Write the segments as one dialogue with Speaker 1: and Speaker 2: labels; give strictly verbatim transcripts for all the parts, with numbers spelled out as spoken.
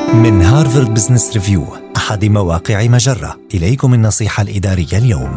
Speaker 1: من هارفارد بزنس ريفيو أحد مواقع مجرة، إليكم النصيحة الإدارية اليوم.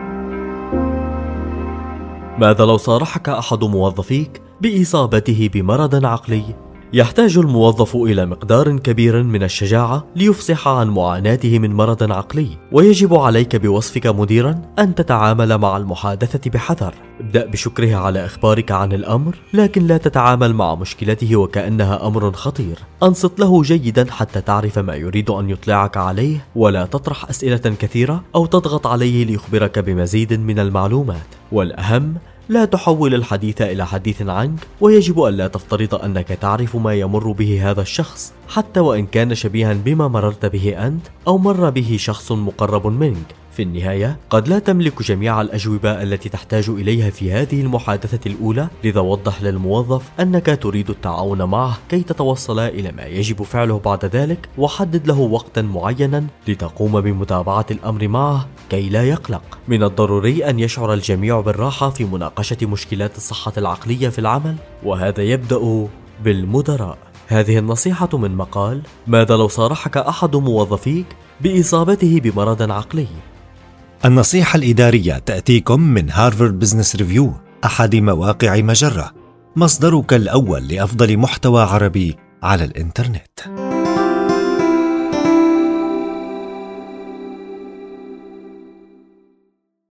Speaker 2: ماذا لو صارحك أحد موظفيك بإصابته بمرض عقلي؟ يحتاج الموظف إلى مقدار كبير من الشجاعة ليفصح عن معاناته من مرض عقلي، ويجب عليك بوصفك مديرا أن تتعامل مع المحادثة بحذر. ابدأ بشكره على إخبارك عن الأمر، لكن لا تتعامل مع مشكلته وكأنها أمر خطير. أنصت له جيدا حتى تعرف ما يريد أن يطلعك عليه، ولا تطرح أسئلة كثيرة أو تضغط عليه ليخبرك بمزيد من المعلومات. والأهم، لا تحول الحديث إلى حديث عنك، ويجب أن لا تفترض أنك تعرف ما يمر به هذا الشخص، حتى وإن كان شبيها بما مررت به أنت أو مر به شخص مقرب منك. في النهاية، قد لا تملك جميع الأجوبة التي تحتاج إليها في هذه المحادثة الأولى، لذا وضح للموظف أنك تريد التعاون معه كي تتوصل إلى ما يجب فعله بعد ذلك، وحدد له وقتا معينا لتقوم بمتابعة الأمر معه كي لا يقلق. من الضروري أن يشعر الجميع بالراحة في مناقشة مشكلات الصحة العقلية في العمل، وهذا يبدأ بالمدراء. هذه النصيحة من مقال ماذا لو صارحك أحد موظفيك بإصابته بمرض عقلي.
Speaker 1: النصيحة الإدارية تأتيكم من هارفارد بزنس ريفيو أحد مواقع مجرة، مصدرك الأول لأفضل محتوى عربي على الإنترنت.